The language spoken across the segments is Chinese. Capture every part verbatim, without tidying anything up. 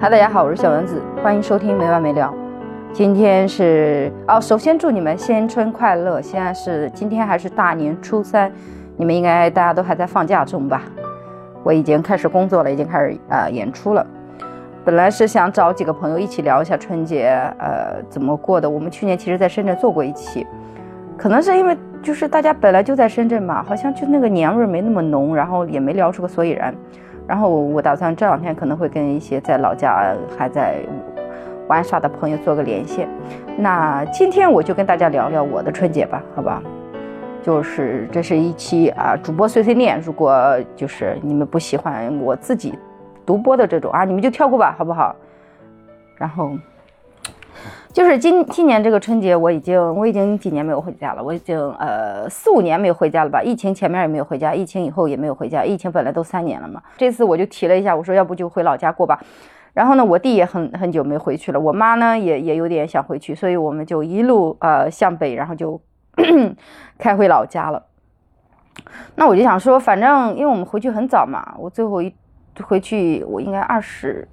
嗨，大家好，我是小蚊子，欢迎收听没完没了。今天是哦，首先祝你们新春快乐。现在是今天还是大年初三，你们应该大家都还在放假中吧？我已经开始工作了，已经开始呃演出了。本来是想找几个朋友一起聊一下春节呃怎么过的。我们去年其实在深圳做过一期，可能是因为就是大家本来就在深圳嘛，好像就那个年味没那么浓，然后也没聊出个所以然。然后我打算这两天可能会跟一些在老家还在玩耍的朋友做个连线。那今天我就跟大家聊聊我的春节吧，好吧？就是这是一期啊主播碎碎念，如果就是你们不喜欢我自己独播的这种啊，你们就跳过吧，好不好？然后就是今今年这个春节，我已经我已经几年没有回家了，我已经呃四五年没有回家了吧？疫情前面也没有回家，疫情以后也没有回家，疫情本来都三年了嘛。这次我就提了一下，我说要不就回老家过吧。然后呢，我弟也很很久没回去了，我妈呢也也有点想回去，所以我们就一路呃向北，然后就开回老家了。那我就想说，反正因为我们回去很早嘛，我最后一回去我应该二十。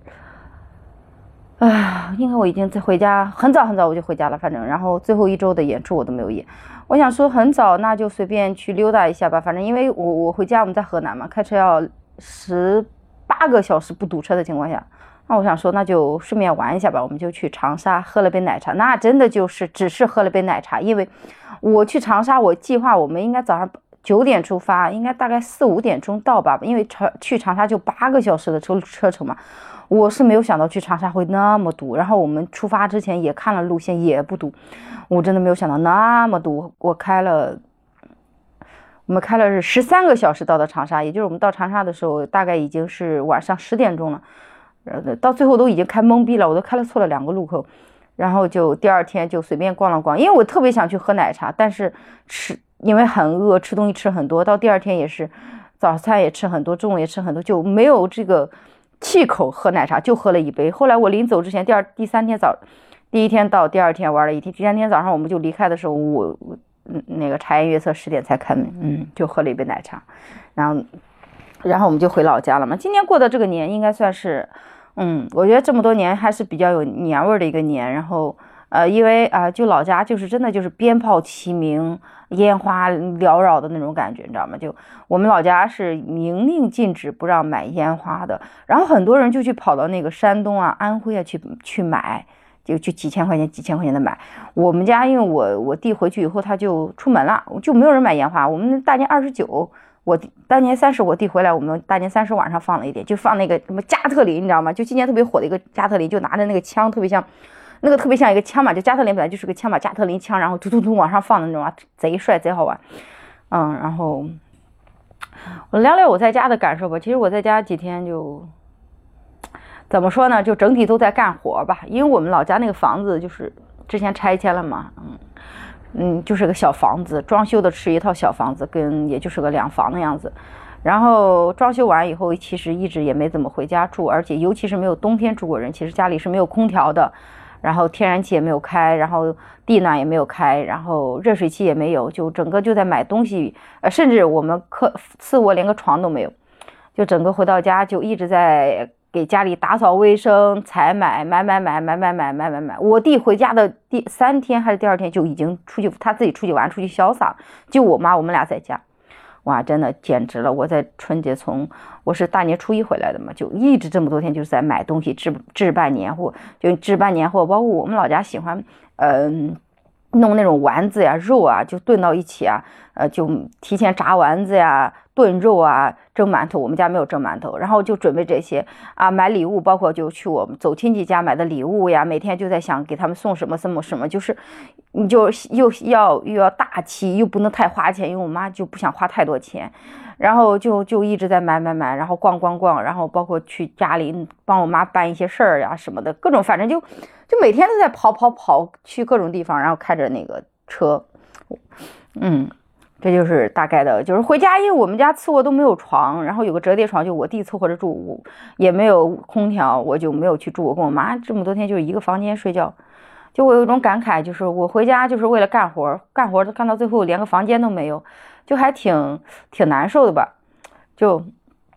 啊，应该我已经在回家很早很早我就回家了，反正然后最后一周的演出我都没有演。我想说很早，那就随便去溜达一下吧。反正因为我我回家我们在河南嘛，开车要十八个小时不堵车的情况下，那我想说那就顺便玩一下吧。我们就去长沙喝了杯奶茶，那真的就是只是喝了杯奶茶，因为我去长沙我计划我们应该早上九点出发，应该大概四五点钟到吧，因为长去长沙就八个小时的车车程嘛。我是没有想到去长沙会那么堵，然后我们出发之前也看了路线，也不堵，我真的没有想到那么堵。我开了，我们开了是十三个小时到的长沙，也就是我们到长沙的时候，大概已经是晚上十点钟了，呃，到最后都已经开懵逼了，我都开了错了两个路口，然后就第二天就随便逛了逛，因为我特别想去喝奶茶，但是吃因为很饿，吃东西吃很多，到第二天也是早餐也吃很多，中午也吃很多，就没有这个气口喝奶茶，就喝了一杯。后来我临走之前，第二第三天早，第一天到，第二天玩了一天，第三天早上我们就离开的时候，我那个茶颜悦色十点才开门，嗯，就喝了一杯奶茶，然后然后我们就回老家了嘛。今年过的这个年应该算是，嗯，我觉得这么多年还是比较有年味的一个年。然后呃，因为啊、呃，就老家就是真的就是鞭炮齐鸣，烟花缭绕的那种感觉，你知道吗？就我们老家是明令禁止不让买烟花的，然后很多人就去跑到那个山东啊、安徽啊去去买，就去几千块钱、几千块钱的买。我们家因为我我弟回去以后他就出门了，就没有人买烟花。我们大年二十九，我大年三十我弟回来，我们大年三十晚上放了一点，就放那个什么加特林，你知道吗？就今年特别火的一个加特林，就拿着那个枪，特别像。那个特别像一个枪嘛，就加特林本来就是个枪嘛，加特林枪，然后突突突往上放的那种啊，贼帅贼好玩。嗯，然后我聊聊我在家的感受吧。其实我在家几天就怎么说呢，就整体都在干活吧，因为我们老家那个房子就是之前拆迁了嘛，嗯嗯，就是个小房子，装修的是一套小房子，跟也就是个两房的样子。然后装修完以后，其实一直也没怎么回家住，而且尤其是没有冬天住过人，其实家里是没有空调的。然后天然气也没有开，然后地暖也没有开，然后热水器也没有，就整个就在买东西，呃，甚至我们客次卧连个床都没有，就整个回到家就一直在给家里打扫卫生、采买、买买买买买买买买买。我弟回家的第三天还是第二天就已经出去，他自己出去玩，出去潇洒，就我妈我们俩在家。哇，真的简直了！我在春节从我是大年初一回来的嘛，就一直这么多天就是在买东西置置办年货，就置办年货，包括我们老家喜欢，嗯、呃，弄那种丸子呀、肉啊，就炖到一起啊，呃，就提前炸丸子呀、炖肉啊、蒸馒头。我们家没有蒸馒头，然后就准备这些啊，买礼物，包括就去我们走亲戚家买的礼物呀，每天就在想给他们送什么什么什么，就是你就又要又要大气，又不能太花钱，因为我妈就不想花太多钱，然后就就一直在买买买，然后逛逛逛，然后包括去家里帮我妈办一些事儿呀什么的，各种反正就就每天都在跑跑跑去各种地方，然后开着那个车，嗯。这就是大概的，就是回家，因为我们家次卧都没有床，然后有个折叠床，就我弟凑合着住，也没有空调，我就没有去住。我跟我妈这么多天就是一个房间睡觉，就我有一种感慨，就是我回家就是为了干活，干活干到最后连个房间都没有，就还挺挺难受的吧。就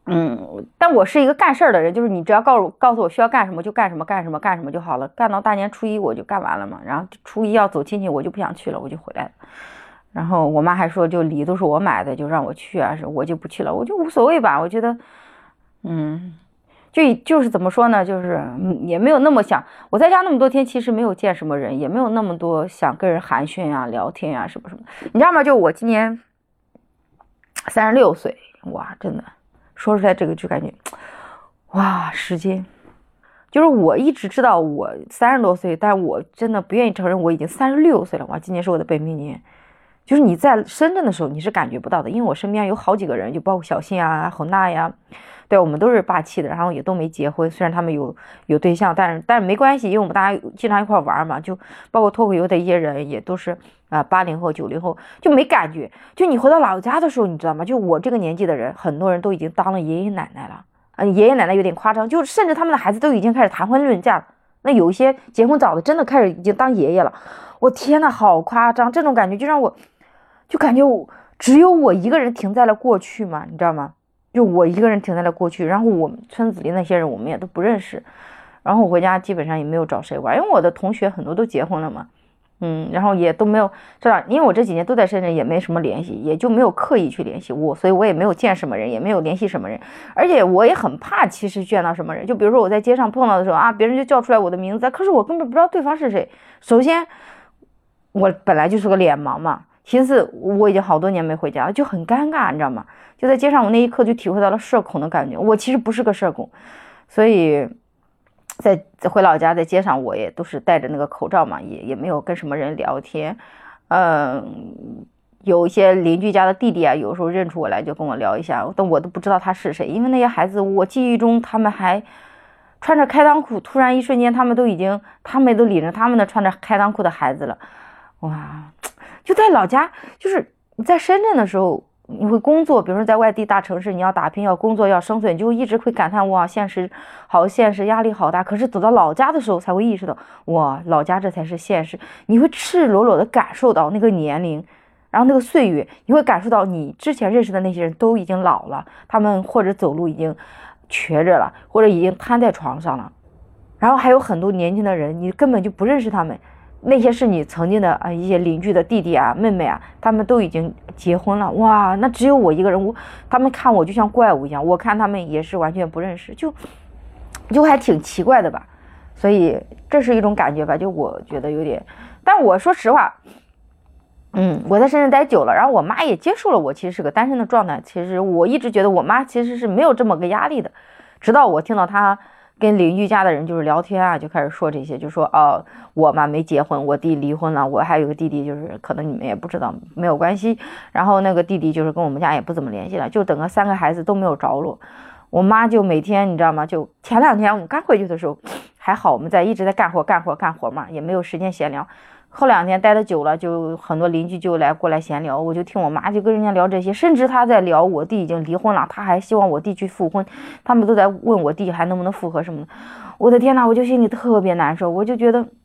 嗯，但我是一个干事儿的人，就是你只要告诉告诉我需要干什么就干什么，干什么干什么就好了，干到大年初一我就干完了嘛。然后初一要走亲戚，我就不想去了，我就回来了。然后我妈还说，就礼都是我买的，就让我去啊，是我就不去了，我就无所谓吧。我觉得，嗯，就就是怎么说呢，就是也没有那么想。我在家那么多天，其实没有见什么人，也没有那么多想跟人寒暄呀、聊天呀什么什么。你知道吗？就我今年三十六岁，哇，真的。说出来这个就感觉，哇，时间，就是我一直知道我三十多岁，但我真的不愿意承认我已经三十六岁了。哇，今年是我的本命年，就是你在深圳的时候你是感觉不到的，因为我身边有好几个人，就包括小信啊、恒大呀，对我们都是霸气的，然后也都没结婚，虽然他们有有对象，但是但是没关系，因为我们大家经常一块玩嘛，就包括脱口秀的一些人也都是啊八零后、九零后，就没感觉。就你回到老家的时候，你知道吗？就我这个年纪的人，很多人都已经当了爷爷奶奶了，嗯，爷爷奶奶有点夸张，就甚至他们的孩子都已经开始谈婚论嫁了。那有一些结婚早的，真的开始已经当爷爷了。我天呐，好夸张！这种感觉就让我，就感觉我只有我一个人停在了过去嘛，你知道吗？就我一个人停在了过去，然后我们村子里那些人我们也都不认识，然后我回家基本上也没有找谁玩，因为我的同学很多都结婚了嘛，嗯，然后也都没有知道，因为我这几年都在深圳，也没什么联系，也就没有刻意去联系我，所以我也没有见什么人，也没有联系什么人，而且我也很怕，其实见到什么人，就比如说我在街上碰到的时候啊，别人就叫出来我的名字，可是我根本不知道对方是谁。首先，我本来就是个脸盲嘛。其次，我已经好多年没回家了，就很尴尬，你知道吗？就在街上，我那一刻就体会到了社恐的感觉。我其实不是个社恐，所以在回老家，在街上我也都是戴着那个口罩嘛，也也没有跟什么人聊天。嗯，有一些邻居家的弟弟啊，有时候认出我来就跟我聊一下，但我都不知道他是谁，因为那些孩子，我记忆中他们还穿着开裆裤，突然一瞬间，他们都已经，他们都领着他们的穿着开裆裤的孩子了，哇！就在老家，就是你在深圳的时候，你会工作，比如说在外地大城市，你要打拼，要工作，要生存，你就一直会感叹哇，现实好现实，压力好大。可是走到老家的时候，才会意识到哇，老家这才是现实。你会赤裸裸的感受到那个年龄，然后那个岁月，你会感受到你之前认识的那些人都已经老了，他们或者走路已经瘸着了，或者已经瘫在床上了，然后还有很多年轻的人，你根本就不认识他们。那些是你曾经的啊一些邻居的弟弟啊妹妹啊，他们都已经结婚了，哇，那只有我一个人，我他们看我就像怪物一样，我看他们也是完全不认识，就就还挺奇怪的吧，所以这是一种感觉吧，就我觉得有点，但我说实话，嗯，我在深圳待久了，然后我妈也接受了我其实是个单身的状态，其实我一直觉得我妈其实是没有这么个压力的，直到我听到她跟邻居家的人就是聊天啊，就开始说这些，就说哦，我嘛没结婚，我弟离婚了，我还有个弟弟，就是可能你们也不知道，没有关系。然后那个弟弟就是跟我们家也不怎么联系了，就等个三个孩子都没有着落。我妈就每天你知道吗？就前两天我们刚回去的时候，还好我们在一直在干活干活干活嘛，也没有时间闲聊。后两天待得久了，就很多邻居就来过来闲聊，我就听我妈就跟人家聊这些，甚至她在聊我弟已经离婚了，她还希望我弟去复婚，他们都在问我弟还能不能复合什么的。我的天哪，我就心里特别难受，我就觉得，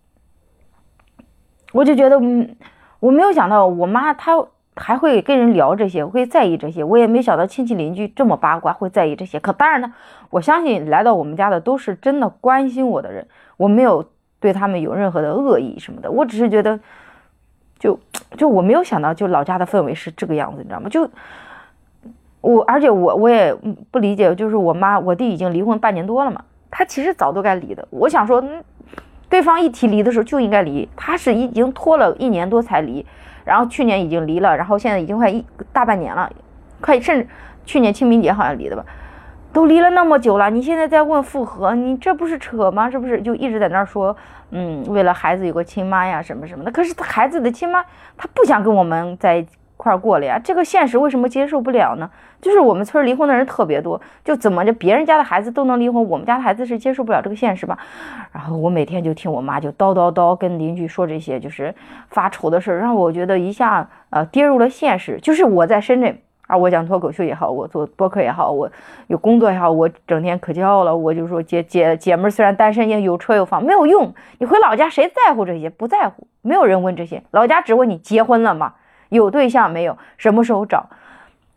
我就觉得，嗯，我没有想到我妈她还会跟人聊这些，会在意这些，我也没想到亲戚邻居这么八卦，会在意这些。可当然呢，我相信来到我们家的都是真的关心我的人，我没有对他们有任何的恶意什么的，我只是觉得，就就我没有想到，就老家的氛围是这个样子，你知道吗？就我，而且我我也不理解，就是我妈我弟已经离婚半年多了嘛，他其实早都该离的。我想说，嗯，对方一提离的时候就应该离，他是已经拖了一年多才离，然后去年已经离了，然后现在已经快一大半年了，快甚至去年清明节好像离的吧。都离了那么久了，你现在在问复合，你这不是扯吗？这不是就一直在那儿说，嗯，为了孩子有个亲妈呀，什么什么的。可是孩子的亲妈，她不想跟我们在一块儿过了呀，这个现实为什么接受不了呢？就是我们村离婚的人特别多，就怎么着别人家的孩子都能离婚，我们家的孩子是接受不了这个现实吧？然后我每天就听我妈就叨叨叨跟邻居说这些，就是发愁的事，让我觉得一下呃跌入了现实。就是我在深圳。啊，我讲脱口秀也好，我做播客也好，我有工作也好，我整天可骄傲了。我就说姐姐姐们虽然单身也有车有房，没有用。你回老家谁在乎这些？不在乎，没有人问这些。老家只问你结婚了吗？有对象没有？什么时候找？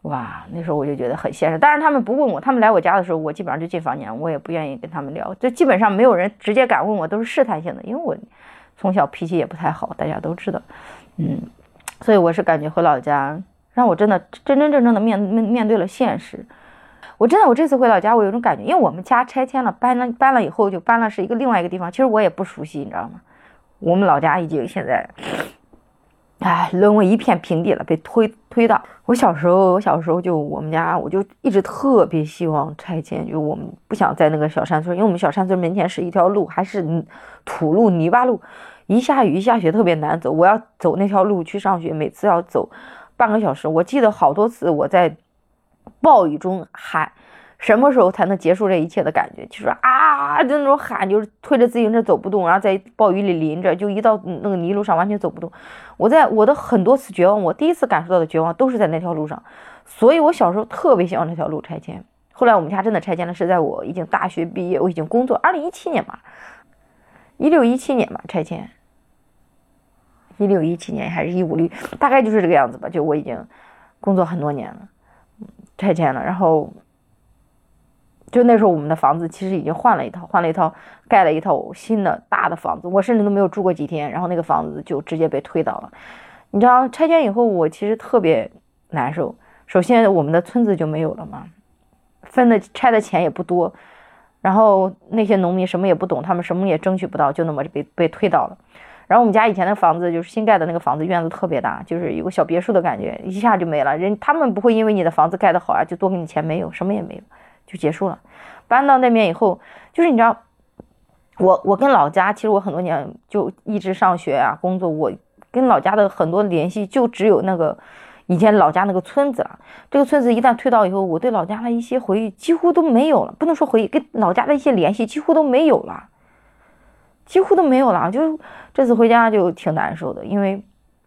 哇，那时候我就觉得很现实。当然他们不问我，他们来我家的时候，我基本上就进房间，我也不愿意跟他们聊。这基本上没有人直接敢问我，都是试探性的，因为我从小脾气也不太好，大家都知道。嗯，所以我是感觉回老家让我真的真真正正的面面面对了现实。我真的，我这次回老家，我有种感觉，因为我们家拆迁了，搬了搬了以后就搬了是一个另外一个地方，其实我也不熟悉，你知道吗？我们老家已经现在。哎，沦为一片平地了，被推推到。我小时候，我小时候就我们家，我就一直特别希望拆迁，就我们不想在那个小山村，因为我们小山村门前是一条路，还是土路、泥巴路，一下雨一下雪特别难走。我要走那条路去上学，每次要走半个小时。我记得好多次我在暴雨中喊，什么时候才能结束这一切的感觉？就是啊，就那种喊，就是推着自行车走不动，然后在暴雨里淋着，就一到那个泥路上完全走不动。我在我的很多次绝望，我第一次感受到的绝望都是在那条路上，所以我小时候特别希望那条路拆迁。后来我们家真的拆迁了，是在我已经大学毕业，我已经工作，二零一七年嘛，一六一七年嘛拆迁，一六一七年还是一五六，大概就是这个样子吧。就我已经工作很多年了，拆迁了，然后。就那时候我们的房子其实已经换了一套，换了一套，盖了一套新的大的房子，我甚至都没有住过几天，然后那个房子就直接被推倒了。你知道拆迁以后我其实特别难受，首先我们的村子就没有了嘛，分的拆的钱也不多，然后那些农民什么也不懂，他们什么也争取不到，就那么被被推倒了。然后我们家以前的房子就是新盖的那个房子，院子特别大，就是有个小别墅的感觉，一下就没了。人他们不会因为你的房子盖得好啊就多给你钱，没有，什么也没有。就结束了。搬到那边以后，就是你知道，我我跟老家，其实我很多年就一直上学啊，工作，我跟老家的很多联系就只有那个以前老家那个村子了。这个村子一旦推倒以后，我对老家的一些回忆几乎都没有了，不能说回忆，跟老家的一些联系几乎都没有了，几乎都没有了。就这次回家就挺难受的，因为。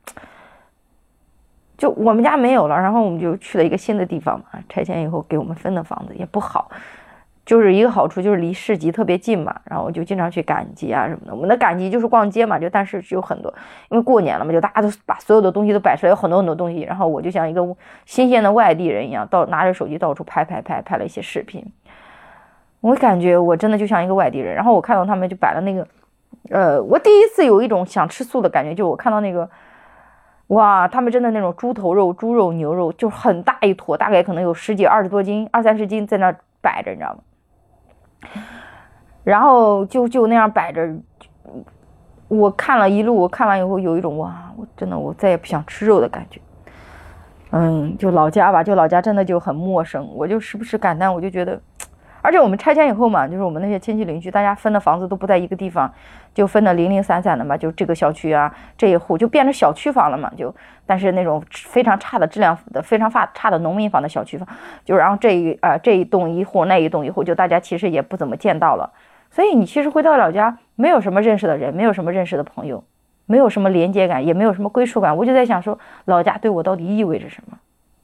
就我们家没有了，然后我们就去了一个新的地方嘛。拆迁以后给我们分的房子也不好，就是一个好处就是离市集特别近嘛，然后我就经常去赶集啊什么的。我们的赶集就是逛街嘛，就但是有很多，因为过年了嘛，就大家都把所有的东西都摆出来，有很多很多东西。然后我就像一个新鲜的外地人一样，到拿着手机到处拍拍拍拍了一些视频。我感觉我真的就像一个外地人。然后我看到他们就摆了那个，呃，我第一次有一种想吃素的感觉，就我看到那个。哇，他们真的那种猪头肉、猪肉、牛肉，就很大一坨，大概可能有十几、二十多斤、二三十斤在那摆着，你知道吗？然后就就那样摆着，我看了一路，我看完以后有一种哇，我真的我再也不想吃肉的感觉。嗯，就老家吧，就老家真的就很陌生，我就时不时感叹，我就觉得。而且我们拆迁以后嘛，就是我们那些亲戚邻居，大家分的房子都不在一个地方，就分的零零散散的嘛，就这个小区啊，这一户就变成小区房了嘛，就但是那种非常差的质量的、非常差差的农民房的小区房，就然后这一啊、呃、这一栋一户，那一栋一户，就大家其实也不怎么见到了，所以你其实回到老家，没有什么认识的人，没有什么认识的朋友，没有什么连接感，也没有什么归属感，我就在想说，老家对我到底意味着什么？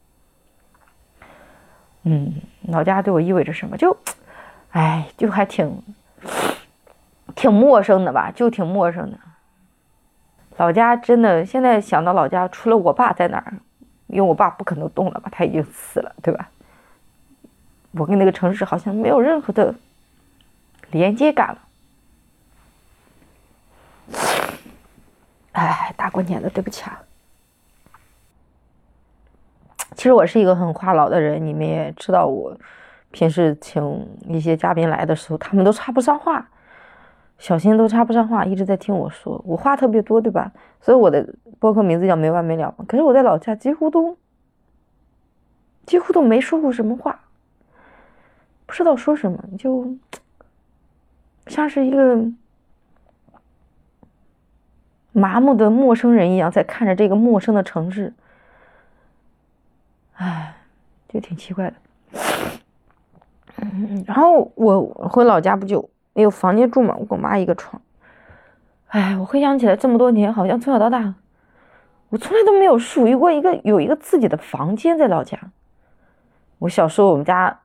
嗯，老家对我意味着什么？就，哎，就还挺，挺陌生的吧，就挺陌生的。老家真的，现在想到老家，除了我爸在哪儿，因为我爸不可能动了嘛，他已经死了，对吧？我跟那个城市好像没有任何的连接感了。哎，大过年的，对不起啊。其实我是一个很话痨的人，你们也知道我平时请一些嘉宾来的时候，他们都插不上话，小新都插不上话，一直在听我说，我话特别多，对吧？所以我的播客名字叫没完没了。可是我在老家几乎都几乎都没说过什么话，不知道说什么，就像是一个麻木的陌生人一样，在看着这个陌生的城市。唉，就挺奇怪的。嗯，然后我回老家不就没有房间住嘛，我跟我妈一个床。唉，我回想起来这么多年，好像从小到大，我从来都没有属于过一个有一个自己的房间在老家。我小时候我们家，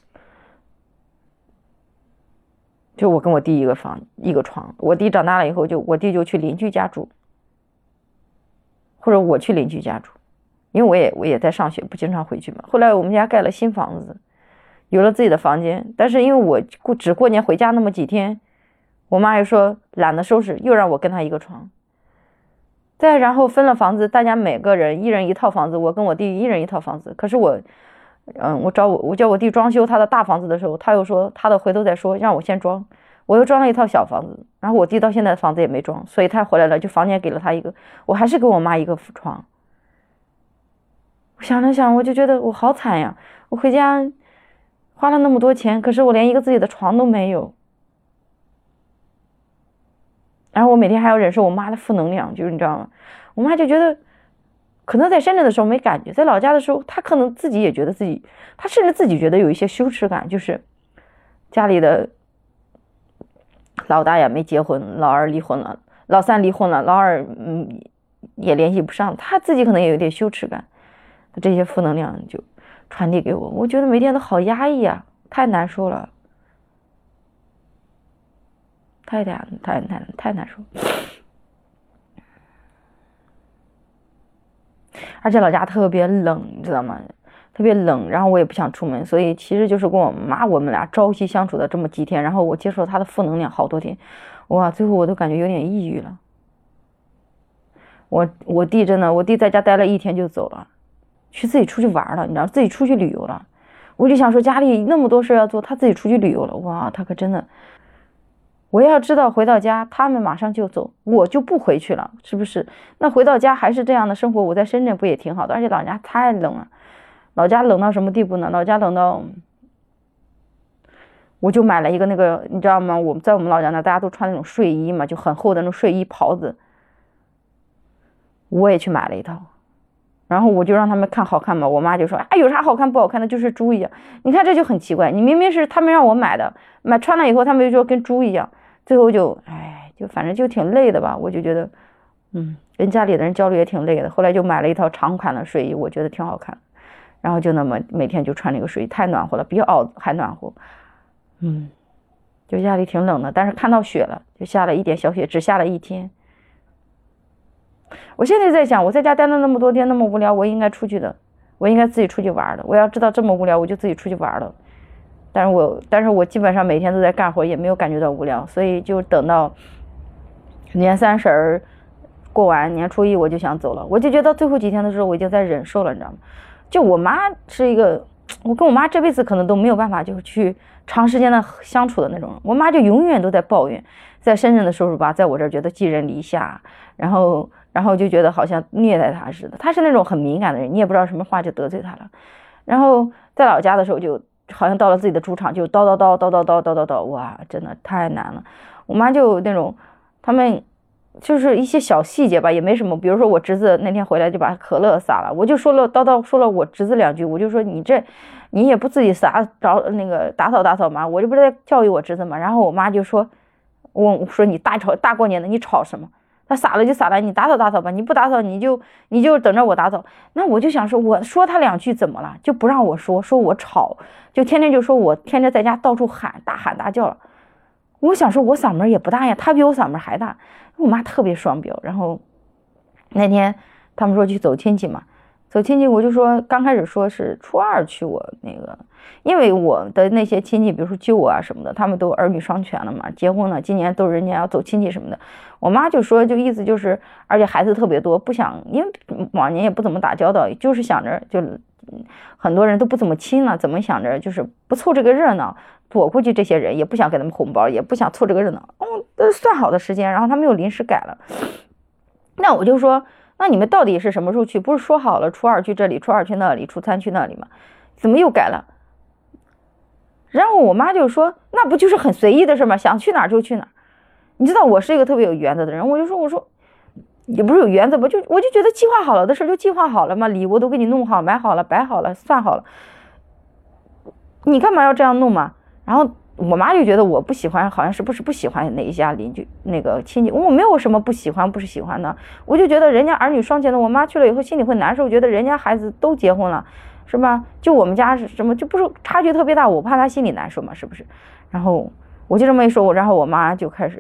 就我跟我弟一个房一个床，我弟长大了以后就我弟就去邻居家住，或者我去邻居家住。 因为我也我也在上学，不经常回去嘛。后来我们家盖了新房子，有了自己的房间，但是因为我过只过年回家那么几天，我妈又说懒得收拾，又让我跟她一个床。再然后分了房子，大家每个人一人一套房子，我跟我弟一人一套房子。可是我，嗯，我找我我叫我弟装修他的大房子的时候，他又说他的回头再说，让我先装。我又装了一套小房子，然后我弟到现在的房子也没装，所以他回来了，就房间给了他一个，我还是给我妈一个床。我想了想，我就觉得我好惨呀！我回家花了那么多钱，可是我连一个自己的床都没有。然后我每天还要忍受我妈的负能量，就是你知道吗？我妈就觉得，可能在深圳的时候没感觉，在老家的时候，她可能自己也觉得自己，她甚至自己觉得有一些羞耻感，就是家里的老大呀没结婚，老二离婚了，老三离婚了，老二嗯也联系不上，她自己可能也有点羞耻感，这些负能量就传递给我，我觉得每天都好压抑啊，太难受了。太太太太太难受，而且老家特别冷，你知道吗？特别冷，然后我也不想出门，所以其实就是跟我妈我们俩朝夕相处的这么几天，然后我接受她的负能量好多天，哇，最后我都感觉有点抑郁了。我我弟真的，我弟在家待了一天就走了，去自己出去玩了，你知道，自己出去旅游了。我就想说家里那么多事要做，他自己出去旅游了，哇，他可真的。我要知道回到家他们马上就走，我就不回去了，是不是？那回到家还是这样的生活，我在深圳不也挺好的？而且老家太冷了，老家冷到什么地步呢？老家冷到我就买了一个那个，你知道吗？我们在我们老家那大家都穿那种睡衣嘛，就很厚的那种睡衣袍子，我也去买了一套，然后我就让他们看好看嘛，我妈就说啊，有啥好看不好看的，就是猪一样。你看这就很奇怪，你明明是他们让我买的，买穿了以后他们就说跟猪一样，最后就哎，就反正就挺累的吧。我就觉得，嗯，跟家里的人交流也挺累的。后来就买了一套长款的睡衣，我觉得挺好看，然后就那么每天就穿那个睡衣，太暖和了，比袄还暖和。嗯，就家里挺冷的，但是看到雪了，就下了一点小雪，只下了一天。我现在在想，我在家待了那么多天，那么无聊，我应该出去的，我应该自己出去玩的。我要知道这么无聊，我就自己出去玩了。但是我，但是我基本上每天都在干活，也没有感觉到无聊，所以就等到年三十儿过完，年初一我就想走了。我就觉得最后几天的时候，我已经在忍受了，你知道吗？就我妈是一个，我跟我妈这辈子可能都没有办法，就是去长时间的相处的那种。我妈就永远都在抱怨，在深圳的时候吧，在我这儿觉得寄人篱下，然后。然后就觉得好像虐待他似的，他是那种很敏感的人，你也不知道什么话就得罪他了。然后在老家的时候，就好像到了自己的主场就叨叨叨叨叨叨叨叨叨，哇，真的太难了。我妈就那种，他们就是一些小细节吧，也没什么。比如说我侄子那天回来就把可乐洒了，我就说了叨叨说了我侄子两句，我就说你这你也不自己洒找那个打扫打扫嘛，我就不是在教育我侄子嘛。然后我妈就说，我说你大吵大过年的你吵什么？他洒了就洒了，你打扫打扫吧，你不打扫你就你就等着我打扫。那我就想说，我说他两句怎么了？就不让我说，说我吵，就天天就说我天天在家到处喊大喊大叫了。我想说，我嗓门也不大呀，他比我嗓门还大。我妈特别双标。然后那天他们说去走亲戚嘛，走亲戚我就说刚开始说是初二去我那个。因为我的那些亲戚，比如说舅啊什么的，他们都儿女双全了嘛，结婚了，今年都是人家要走亲戚什么的。我妈就说，就意思就是，而且孩子特别多，不想，因为往年也不怎么打交道，就是想着就很多人都不怎么亲了，怎么想着就是不凑这个热闹，躲过去这些人，也不想给他们红包，也不想凑这个热闹。哦，都算好的时间，然后他们又临时改了。那我就说，那你们到底是什么时候去？不是说好了初二去这里，初二去那里，初三去那里吗？怎么又改了？然后我妈就说，那不就是很随意的事吗？想去哪儿就去哪儿。你知道我是一个特别有原则的人，我就说我说也不是有原则吧，就我就觉得计划好了的事就计划好了嘛，礼物都给你弄好买好了摆好了算好了，你干嘛要这样弄嘛？然后我妈就觉得我不喜欢，好像是不是不喜欢哪一家邻居那个亲戚，我没有什么不喜欢不是喜欢的，我就觉得人家儿女双全的，我妈去了以后心里会难受，觉得人家孩子都结婚了是吧？就我们家是什么就不是差距特别大，我怕她心里难受嘛，是不是？然后我就这么一说，我然后我妈就开始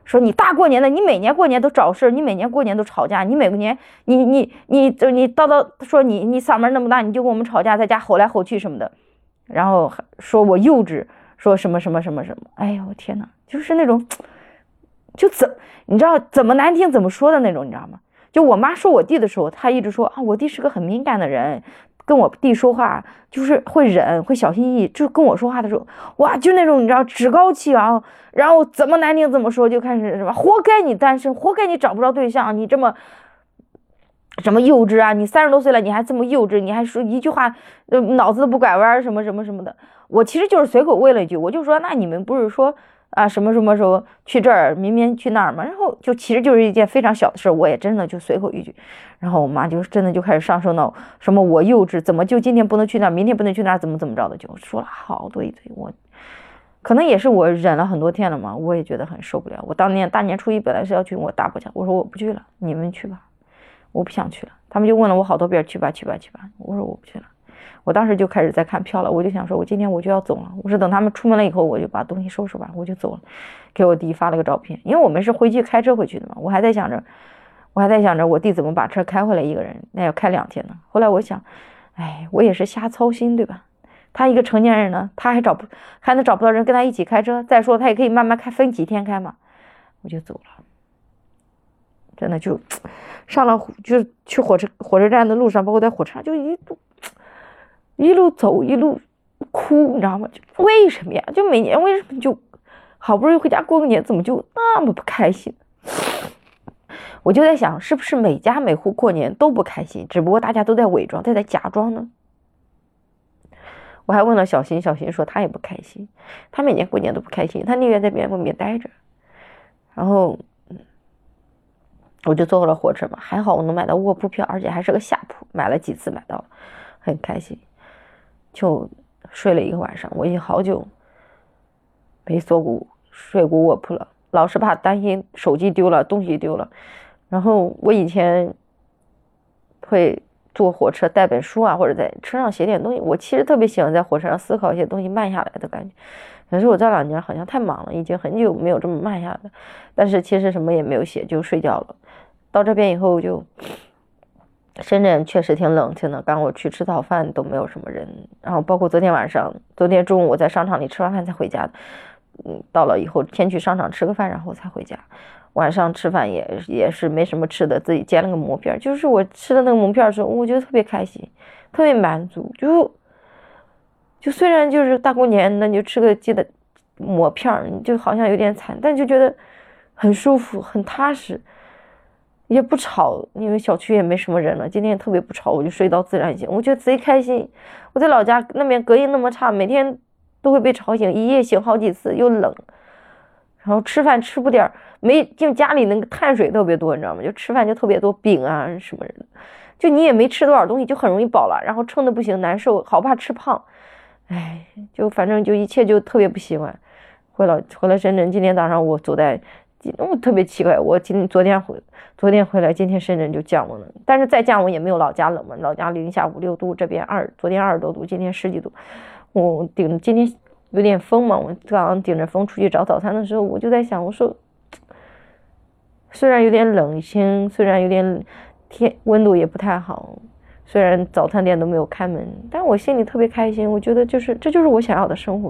说你大过年的，你每年过年都找事，你每年过年都吵架，你每个年你你你就你叨叨说你你嗓门那么大，你就跟我们吵架，在家吼来吼去什么的，然后说我幼稚，说什么什么什么什么，哎呦天哪，就是那种就怎你知道怎么难听怎么说的那种，你知道吗？就我妈说我弟的时候，她一直说啊，我弟是个很敏感的人，跟我弟说话就是会忍，会小心翼翼，就跟我说话的时候，哇，就那种你知道趾高气昂，然后怎么难听怎么说，就开始什么活该你单身，活该你找不着对象，你这么什么幼稚啊，你三十多岁了你还这么幼稚，你还说一句话，呃，脑子都不拐弯什么什么什么的。我其实就是随口问了一句，我就说那你们不是说啊什么什么时候去这儿，明天去那儿嘛？然后就其实就是一件非常小的事，我也真的就随口一句，然后我妈就真的就开始上升到什么我幼稚，怎么就今天不能去那儿，明天不能去那儿，怎么怎么着的，就说了好多一堆。我可能也是我忍了很多天了嘛，我也觉得很受不了。我当年大年初一本来是要去我大伯家，我说我不去了，你们去吧，我不想去了。他们就问了我好多遍，去吧去吧去吧，我说我不去了。我当时就开始在看票了，我就想说，我今天我就要走了。我说等他们出门了以后，我就把东西收拾完，我就走了。给我弟发了个照片，因为我们是回去开车回去的嘛，我还在想着，我还在想着我弟怎么把车开回来一个人，那要开两天呢。后来我想，哎，我也是瞎操心，对吧？他一个成年人呢，他还找不还能找不到人跟他一起开车，再说他也可以慢慢开，分几天开嘛，我就走了。真的就上了，就是去火车火车站的路上，包括在火车上，就一路一路走一路哭，你知道吗？就为什么呀？就每年为什么就好不容易回家过个年，怎么就那么不开心？我就在想，是不是每家每户过年都不开心，只不过大家都在伪装，都在假装呢？我还问了小新，小新说他也不开心，他每年过年都不开心，他宁愿在别外面待着。然后我就坐了火车嘛，还好我能买到卧铺票，而且还是个下铺，买了几次买到了，很开心。就睡了一个晚上，我已经好久没坐过睡过卧铺了，老是怕担心手机丢了，东西丢了。然后我以前会坐火车带本书啊，或者在车上写点东西。我其实特别喜欢在火车上思考一些东西，慢下来的感觉。可是我这两年好像太忙了，已经很久没有这么慢下来了。但是其实什么也没有写，就睡觉了。到这边以后就。深圳确实挺冷清的，刚我去吃早饭都没有什么人，然后包括昨天晚上，昨天中午我在商场里吃完饭才回家的，嗯，到了以后先去商场吃个饭，然后才回家。晚上吃饭也也是没什么吃的，自己煎了个馍片，就是我吃的那个馍片的时候，我觉得特别开心，特别满足，就就虽然就是大过年那你就吃个鸡的馍片，就好像有点惨，但就觉得很舒服，很踏实。也不吵，因为小区也没什么人了。今天也特别不吵，我就睡到自然醒，我觉得贼开心。我在老家那边隔音那么差，每天都会被吵醒，一夜醒好几次，又冷。然后吃饭吃不点没，就家里那个碳水特别多，你知道吗？就吃饭就特别多饼啊什么的，就你也没吃多少东西，就很容易饱了，然后撑得不行，难受，好怕吃胖。哎，就反正就一切就特别不习惯。回了回了深圳，今天早上我走在。我特别奇怪，我今昨天回昨天回来，今天深圳就降温了，但是再降温也没有老家冷嘛，老家零下五六度，这边二昨天二十多度，今天十几度。我顶今天有点风嘛，我早上顶着风出去找早餐的时候，我就在想，我说虽然有点冷清，虽然有点天温度也不太好，虽然早餐店都没有开门，但我心里特别开心，我觉得就是这就是我想要的生活。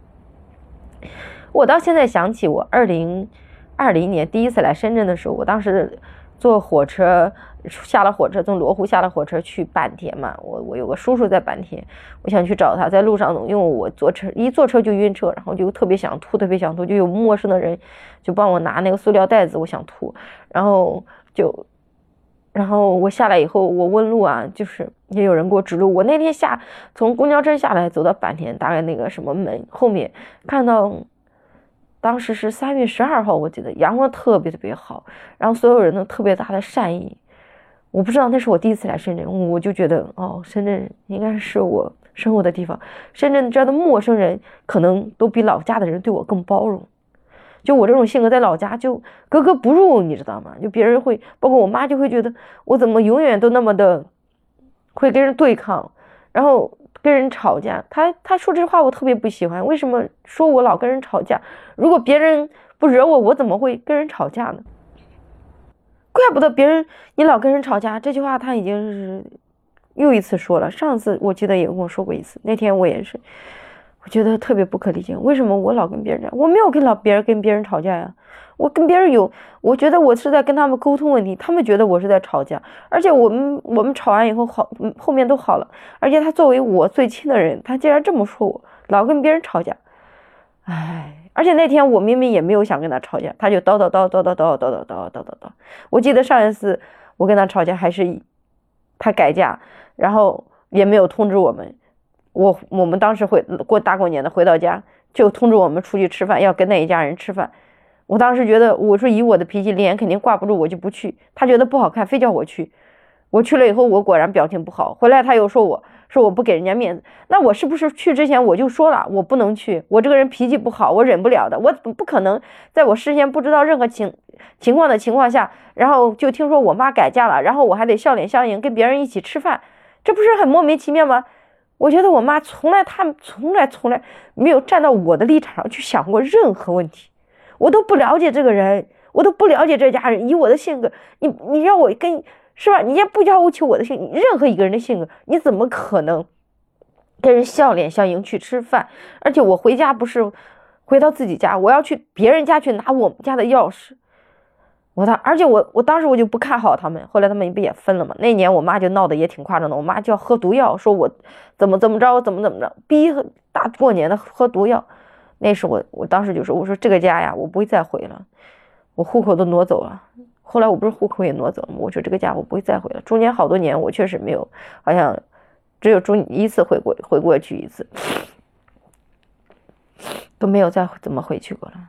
我到现在想起我二零二零年第一次来深圳的时候，我当时坐火车下了火车，从罗湖下了火车去坂田嘛。我我有个叔叔在坂田，我想去找他，在路上因为我坐车一坐车就晕车，然后就特别想吐，特别想吐，就有陌生的人就帮我拿那个塑料袋子，我想吐，然后就然后我下来以后，我问路啊，就是也有人给我指路。我那天下从公交车下来，走到坂田，大概那个什么门后面，看到。当时是三月十二号，我记得阳光特别特别好，然后所有人都特别大的善意。我不知道那是我第一次来深圳，我就觉得哦，深圳应该是我生活的地方。深圳这样的陌生人可能都比老家的人对我更包容。就我这种性格在老家就格格不入，你知道吗？就别人会，包括我妈就会觉得我怎么永远都那么的会跟人对抗，然后。跟人吵架，他他说这话我特别不喜欢。为什么说我老跟人吵架？如果别人不惹我，我怎么会跟人吵架呢？怪不得别人你老跟人吵架，这句话他已经是又一次说了。上次我记得也跟我说过一次，那天我也是，我觉得特别不可理解，为什么我老跟别人吵？我没有跟老别人跟别人吵架呀，我跟别人有，我觉得我是在跟他们沟通问题，他们觉得我是在吵架，而且我们我们吵完以后好，后面都好了，而且他作为我最亲的人，他竟然这么说我，老跟别人吵架，唉。而且那天我明明也没有想跟他吵架，他就叨叨叨叨叨叨叨叨叨叨叨叨。我记得上一次我跟他吵架还是他改嫁，然后也没有通知我们。我我们当时回过大过年的回到家，就通知我们出去吃饭，要跟那一家人吃饭。我当时觉得，我说以我的脾气，脸肯定挂不住，我就不去。他觉得不好看，非叫我去。我去了以后，我果然表情不好。回来他又说我说我不给人家面子。那我是不是去之前我就说了，我不能去，我这个人脾气不好，我忍不了的，我不可能在我事先不知道任何情情况的情况下，然后就听说我妈改嫁了，然后我还得笑脸相迎跟别人一起吃饭，这不是很莫名其妙吗？我觉得我妈从来她从来从来没有站到我的立场上去想过任何问题，我都不了解这个人，我都不了解这家人，以我的性格，你你让我跟是吧？你也不要求我的性格，任何一个人的性格，你怎么可能跟人笑脸相迎去吃饭？而且我回家不是回到自己家，我要去别人家去拿我们家的钥匙。我当，而且我我当时我就不看好他们，后来他们不也分了吗？那年我妈就闹得也挺夸张的，我妈就要喝毒药，说我怎么怎么着，怎么怎么着，逼大过年的喝毒药。那时候我我当时就说，我说这个家呀，我不会再回了，我户口都挪走了。后来我不是户口也挪走了吗？我说这个家我不会再回了。中间好多年我确实没有，好像只有中一次回过回过去一次，都没有再怎么回去过了。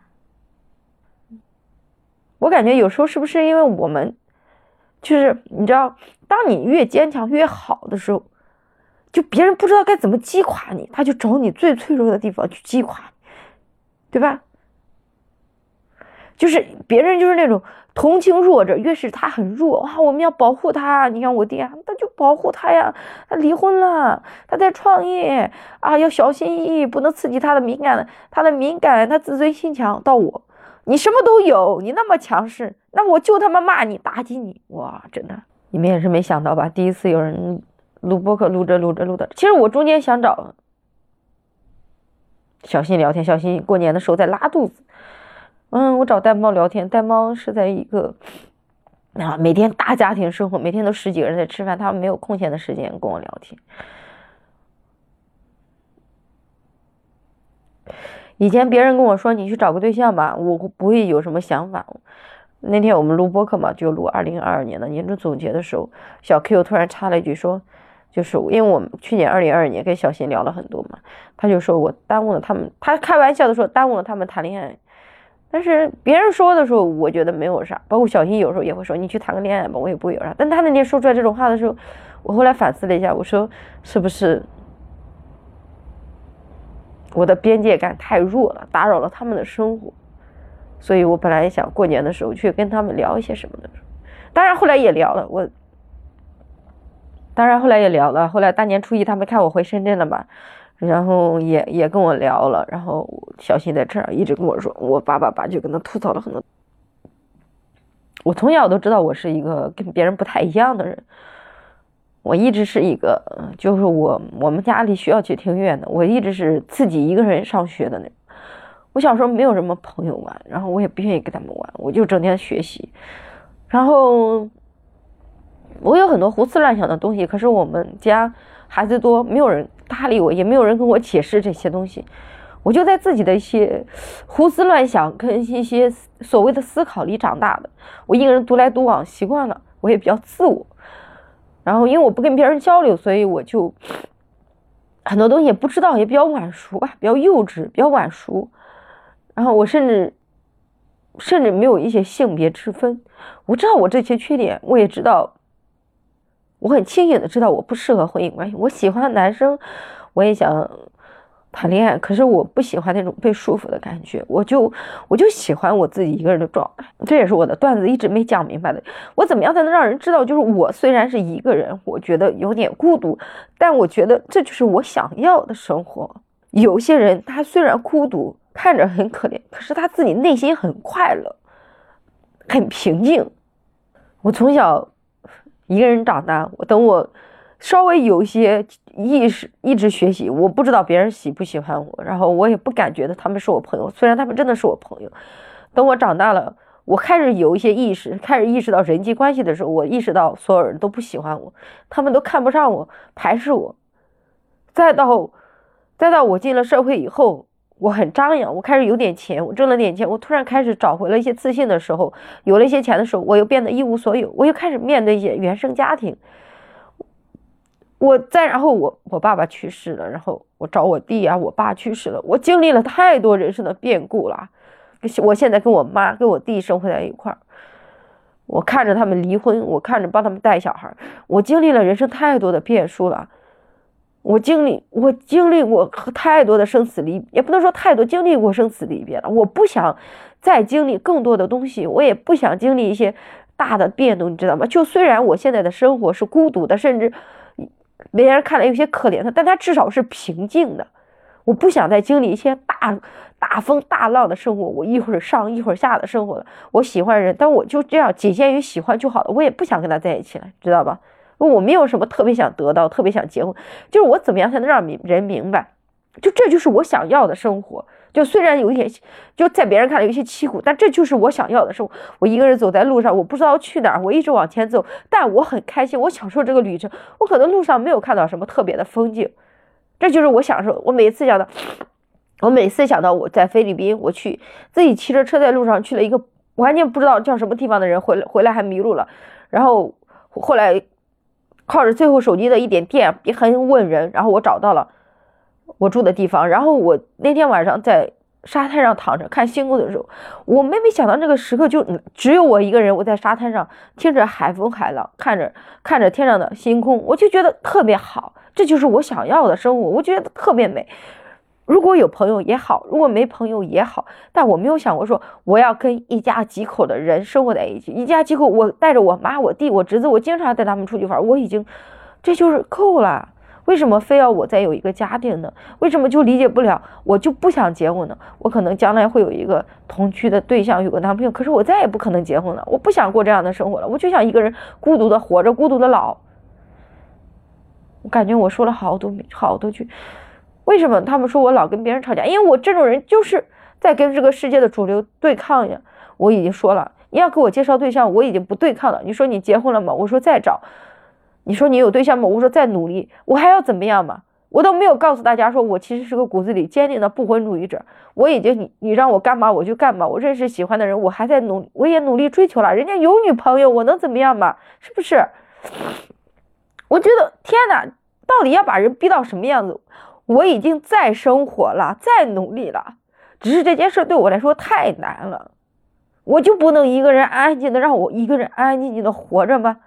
我感觉有时候是不是因为我们就是你知道，当你越坚强越好的时候，就别人不知道该怎么击垮你，他就找你最脆弱的地方去击垮你，对吧？就是别人就是那种同情弱者，越是他很弱哇，我们要保护他。你看我爹，他就保护他呀，他离婚了，他在创业啊，要小心翼翼，不能刺激他的敏感，他的敏感，他自尊心强。到我，你什么都有，你那么强势，那我就他妈骂你，打击你，哇，真的，你们也是没想到吧？第一次有人录播客，录着录着录着，其实我中间想找小新聊天，小新过年的时候在拉肚子。嗯，我找呆猫聊天，呆猫是在一个啊每天大家庭生活，每天都十几个人在吃饭，他们没有空闲的时间跟我聊天。以前别人跟我说你去找个对象吧，我不会有什么想法。那天我们录播客嘛，就录二零二二年的年终总结的时候，小 Q 突然插了一句说，就是因为我们去年二零二二年跟小新聊了很多嘛，他就说我耽误了他们，他开玩笑的说耽误了他们谈恋爱。但是别人说的时候，我觉得没有啥，包括小新有时候也会说你去谈个恋爱吧，我也不会有啥。但他那天说出来这种话的时候，我后来反思了一下，我说是不是我的边界感太弱了，打扰了他们的生活？所以我本来想过年的时候去跟他们聊一些什么的，当然后来也聊了，我当然后来也聊了，后来大年初一他们看我回深圳了嘛。然后也也跟我聊了，然后小新在这儿一直跟我说，我爸爸爸就跟他吐槽了很多。我从小都知道我是一个跟别人不太一样的人，我一直是一个，就是我我们家里学校其实挺远的，我一直是自己一个人上学的那种。我小时候没有什么朋友玩，然后我也不愿意跟他们玩，我就整天学习。然后我有很多胡思乱想的东西，可是我们家孩子多，没有人搭理我，也没有人跟我解释这些东西，我就在自己的一些胡思乱想跟一些所谓的思考里长大的。我一个人独来独往习惯了，我也比较自我。然后因为我不跟别人交流，所以我就很多东西也不知道，也比较晚熟吧，比较幼稚，比较晚熟。然后我甚至甚至没有一些性别之分，我知道我这些缺点，我也知道。我很清醒的知道我不适合婚姻关系，我喜欢男生，我也想谈恋爱，可是我不喜欢那种被束缚的感觉，我就我就喜欢我自己一个人的状态。这也是我的段子一直没讲明白的，我怎么样才能让人知道，就是我虽然是一个人，我觉得有点孤独，但我觉得这就是我想要的生活。有些人他虽然孤独， 看着很可怜，可是他自己内心很快乐，很平静。我从小一个人长大，我等我稍微有一些意识，一直学习，我不知道别人喜不喜欢我，然后我也不感觉到他们是我朋友，虽然他们真的是我朋友。等我长大了，我开始有一些意识，开始意识到人际关系的时候，我意识到所有人都不喜欢我，他们都看不上我，排斥我。再到再到我进了社会以后，我很张扬，我开始有点钱，我挣了点钱，我突然开始找回了一些自信的时候，有了一些钱的时候，我又变得一无所有，我又开始面对一些原生家庭。我再然后我我爸爸去世了，然后我找我弟啊，我爸去世了，我经历了太多人生的变故了。我现在跟我妈跟我弟生活在一块儿，我看着他们离婚，我看着帮他们带小孩，我经历了人生太多的变数了。我经历我经历过太多的生死离，也不能说太多，经历过生死离别了。我不想再经历更多的东西，我也不想经历一些大的变动，你知道吗？就虽然我现在的生活是孤独的，甚至别人看来有些可怜的，但它至少是平静的。我不想再经历一些大大风大浪的生活，我一会儿上一会儿下的生活了。我喜欢人，但我就这样仅限于喜欢就好了，我也不想跟他在一起了，知道吧？我没有什么特别想得到，特别想结婚，就是我怎么样才能让人明白，就这就是我想要的生活。就虽然有一点，就在别人看来有一些凄苦，但这就是我想要的生活。我一个人走在路上，我不知道去哪儿，我一直往前走，但我很开心，我享受这个旅程。我可能路上没有看到什么特别的风景，这就是我享受。我每次想到，我每次想到我在菲律宾，我去自己骑着车在路上去了一个完全不知道叫什么地方的人，回来回来还迷路了，然后后来靠着最后手机的一点电也很稳人，然后我找到了我住的地方。然后我那天晚上在沙滩上躺着看星空的时候，我每每想到那个时刻，就只有我一个人，我在沙滩上听着海风海浪，看着看着天上的星空，我就觉得特别好。这就是我想要的生活，我觉得特别美。如果有朋友也好，如果没朋友也好，但我没有想过说我要跟一家几口的人生活在一起。一家几口，我带着我妈、我弟、我侄子，我经常带他们出去玩，我已经这就是够了。为什么非要我再有一个家庭呢？为什么就理解不了我就不想结婚呢？我可能将来会有一个同居的对象，有个男朋友，可是我再也不可能结婚了。我不想过这样的生活了，我就想一个人孤独的活着，孤独的老。我感觉我说了好多好多句。为什么他们说我老跟别人吵架？因为我这种人就是在跟这个世界的主流对抗呀。我已经说了，你要给我介绍对象，我已经不对抗了。你说你结婚了吗？我说再找。你说你有对象吗？我说再努力。我还要怎么样嘛？我都没有告诉大家说我其实是个骨子里坚定的不婚主义者。我已经你你让我干嘛我就干嘛。我认识喜欢的人，我还在努，我也努力追求了。人家有女朋友，我能怎么样嘛？是不是？我觉得天哪，到底要把人逼到什么样子？我已经在生活了，在努力了，只是这件事对我来说太难了。我就不能一个人安安静静的让我一个人安安静静的活着吗？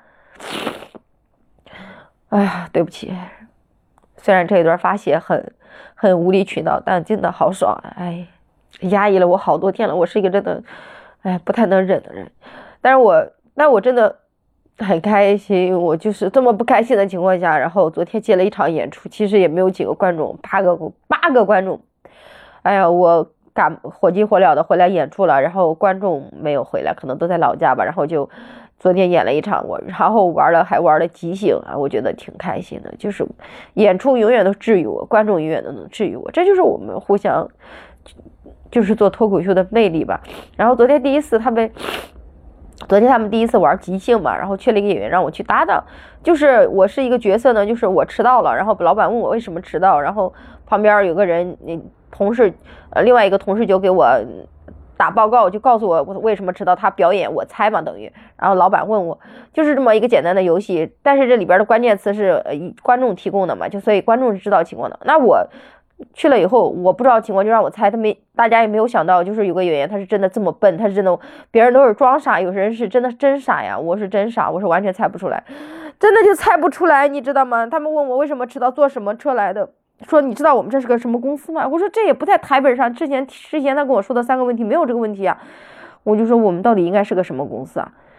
哎呀，对不起，虽然这一段发泄很很无理取闹，但真的好爽啊！哎，压抑了我好多天了，我是一个真的哎不太能忍的人。但是我但我真的很开心，我就是这么不开心的情况下，然后昨天接了一场演出，其实也没有几个观众，八个八个观众。哎呀，我赶火急火燎的回来演出了，然后观众没有回来，可能都在老家吧，然后就昨天演了一场，我然后玩了还玩了即兴啊，我觉得挺开心的。就是演出永远都治愈我，观众永远都能治愈我，这就是我们互相就是做脱口秀的魅力吧。然后昨天第一次他们。昨天他们第一次玩即兴嘛，然后缺了一个演员让我去搭档，就是我是一个角色呢，就是我迟到了，然后老板问我为什么迟到，然后旁边有个人，同事，呃，另外一个同事就给我打报告，就告诉我我为什么迟到，他表演我猜嘛等于，然后老板问我，就是这么一个简单的游戏，但是这里边的关键词是呃观众提供的嘛，就所以观众是知道情况的，那我。去了以后，我不知道情况，就让我猜，他没，大家也没有想到，就是有个演员他是真的这么笨，他是真的，别人都是装傻，有人是真的真傻呀，我是真傻，我是完全猜不出来，真的就猜不出来，你知道吗？他们问我为什么迟到，坐什么车来的，说你知道我们这是个什么公司吗？我说这也不在台本上，之前之前他跟我说的三个问题没有这个问题啊，我就说我们到底应该是个什么公司啊？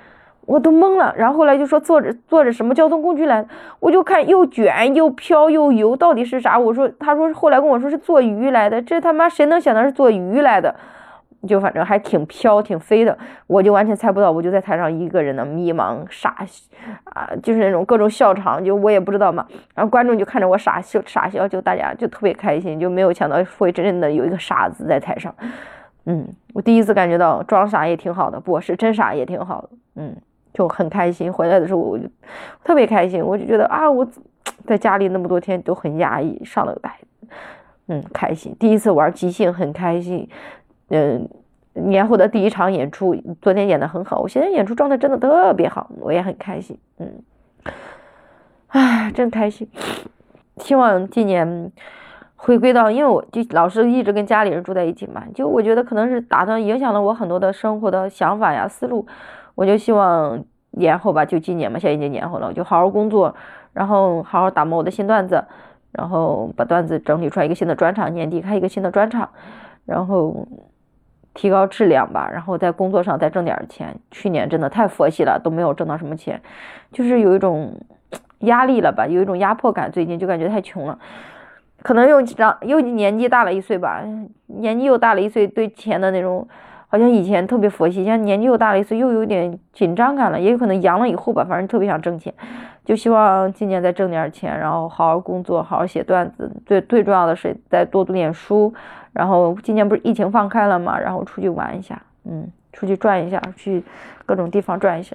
我都懵了。然后后来就说坐着坐着什么交通工具来的，我就看又卷又飘又油，到底是啥？我说，他说后来跟我说是坐鱼来的，这他妈谁能想到是坐鱼来的？就反正还挺飘挺飞的，我就完全猜不到，我就在台上一个人的迷茫傻啊，就是那种各种笑场，就我也不知道嘛。然后观众就看着我傻笑傻笑，就大家就特别开心，就没有想到会真正的有一个傻子在台上。嗯，我第一次感觉到装傻也挺好的，不是真傻也挺好的。嗯，就很开心。回来的时候我就特别开心，我就觉得啊，我在家里那么多天都很压抑，上了个台，嗯，开心。第一次玩即兴很开心。嗯，年后的第一场演出，昨天演得很好，我现在演出状态真的特别好，我也很开心。嗯，唉，真开心。希望今年回归到，因为我就老是一直跟家里人住在一起嘛，就我觉得可能是打算影响了我很多的生活的想法呀思路，我就希望年后吧，就今年嘛，现在已经年后了，我就好好工作，然后好好打磨我的新段子，然后把段子整理出来一个新的专场，年底开一个新的专场，然后提高质量吧，然后在工作上再挣点钱。去年真的太佛系了，都没有挣到什么钱，就是有一种压力了吧，有一种压迫感，最近就感觉太穷了，可能又长又年纪大了一岁吧，年纪又大了一岁，对钱的那种好像以前特别佛系，现在年纪又大了一岁，又有点紧张感了，也有可能阳了以后吧，反正特别想挣钱，就希望今年再挣点钱，然后好好工作，好好写段子，最最重要的是再多读点书，然后今年不是疫情放开了嘛，然后出去玩一下，嗯，出去转一下，去各种地方转一下。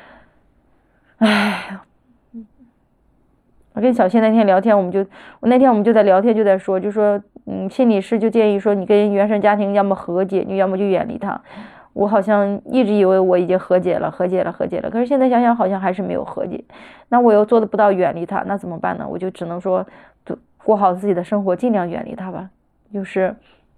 唉，我跟小谢那天聊天，我们就我那天我们就在聊天，就在说，就说嗯，心理师就建议说，你跟原生家庭要么和解，你要么就远离他。我好像一直以为我已经和解了，和解了，和解了，可是现在想想好像还是没有和解。那我又做的不到远离他，那怎么办呢？我就只能说，过好自己的生活，尽量远离他吧。就是，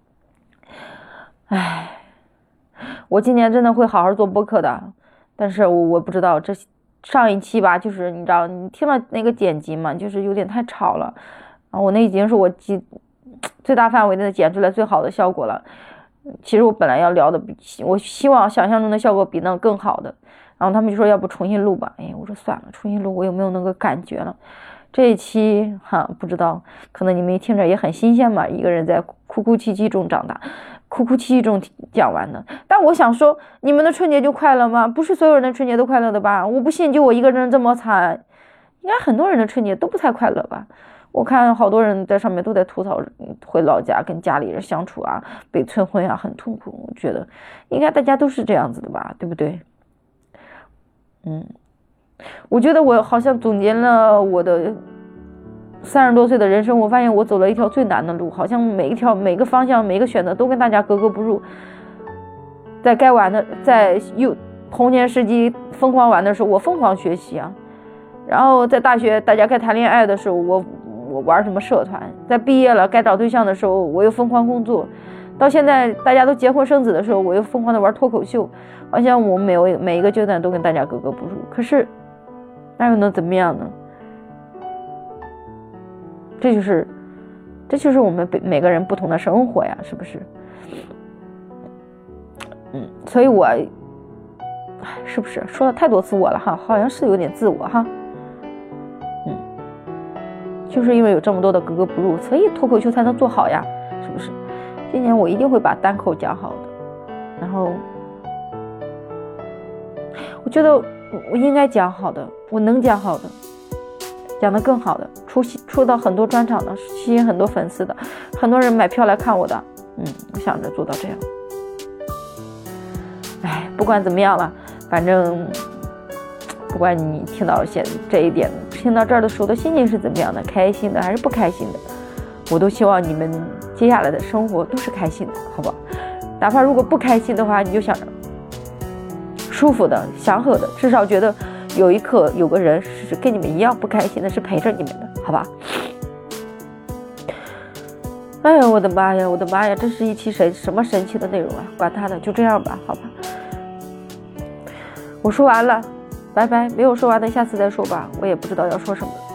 唉，我今年真的会好好做播客的，但是我我不知道这上一期吧，就是你知道，你听了那个剪辑嘛，就是有点太吵了，然后我那已经是我几最大范围的剪出来最好的效果了。其实我本来要聊的比我希望想象中的效果比那更好的，然后他们就说要不重新录吧，哎，我说算了，重新录我有没有那个感觉了？这一期哈不知道，可能你们听着也很新鲜嘛，一个人在哭哭泣泣中长大，哭哭泣泣中讲完的。但我想说，你们的春节就快乐吗？不是所有人的春节都快乐的吧？我不信就我一个人这么惨，应该很多人的春节都不太快乐吧？我看好多人在上面都在吐槽回老家跟家里人相处啊，被催婚啊，很痛苦。我觉得应该大家都是这样子的吧，对不对？嗯，我觉得我好像总结了我的三十多岁的人生，我发现我走了一条最难的路，好像每一条每个方向每个选择都跟大家格格不入。在该玩的，在幼童年时期疯狂玩的时候，我疯狂学习啊，然后在大学大家该谈恋爱的时候，我我玩什么社团，在毕业了该找对象的时候，我又疯狂工作，到现在大家都结婚生子的时候，我又疯狂的玩脱口秀，好像我每有每一个阶段都跟大家格格不入。可是那又能怎么样呢？这就是这就是我们每个人不同的生活呀，是不是？嗯，所以我是不是说了太多次我了哈？好像是有点自我哈。嗯，就是因为有这么多的格格不入，所以脱口秀才能做好呀，是不是？今年我一定会把单口讲好的，然后我觉得我应该讲好的，我能讲好的，讲得更好的，出出到很多专场的，吸引很多粉丝的，很多人买票来看我的。嗯，我想着做到这样。哎，不管怎么样了，反正不管你听到现这一点，听到这儿的时候的心情是怎么样的，开心的还是不开心的，我都希望你们接下来的生活都是开心的，好不好？哪怕如果不开心的话，你就想着舒服的、祥和的，至少觉得有一刻有个人是跟你们一样不开心的，是陪着你们的，好吧？哎呀，我的妈呀，我的妈呀，这是一期神什么神奇的内容啊！管他的，就这样吧，好吧。我说完了，拜拜。没有说完的，下次再说吧，我也不知道要说什么。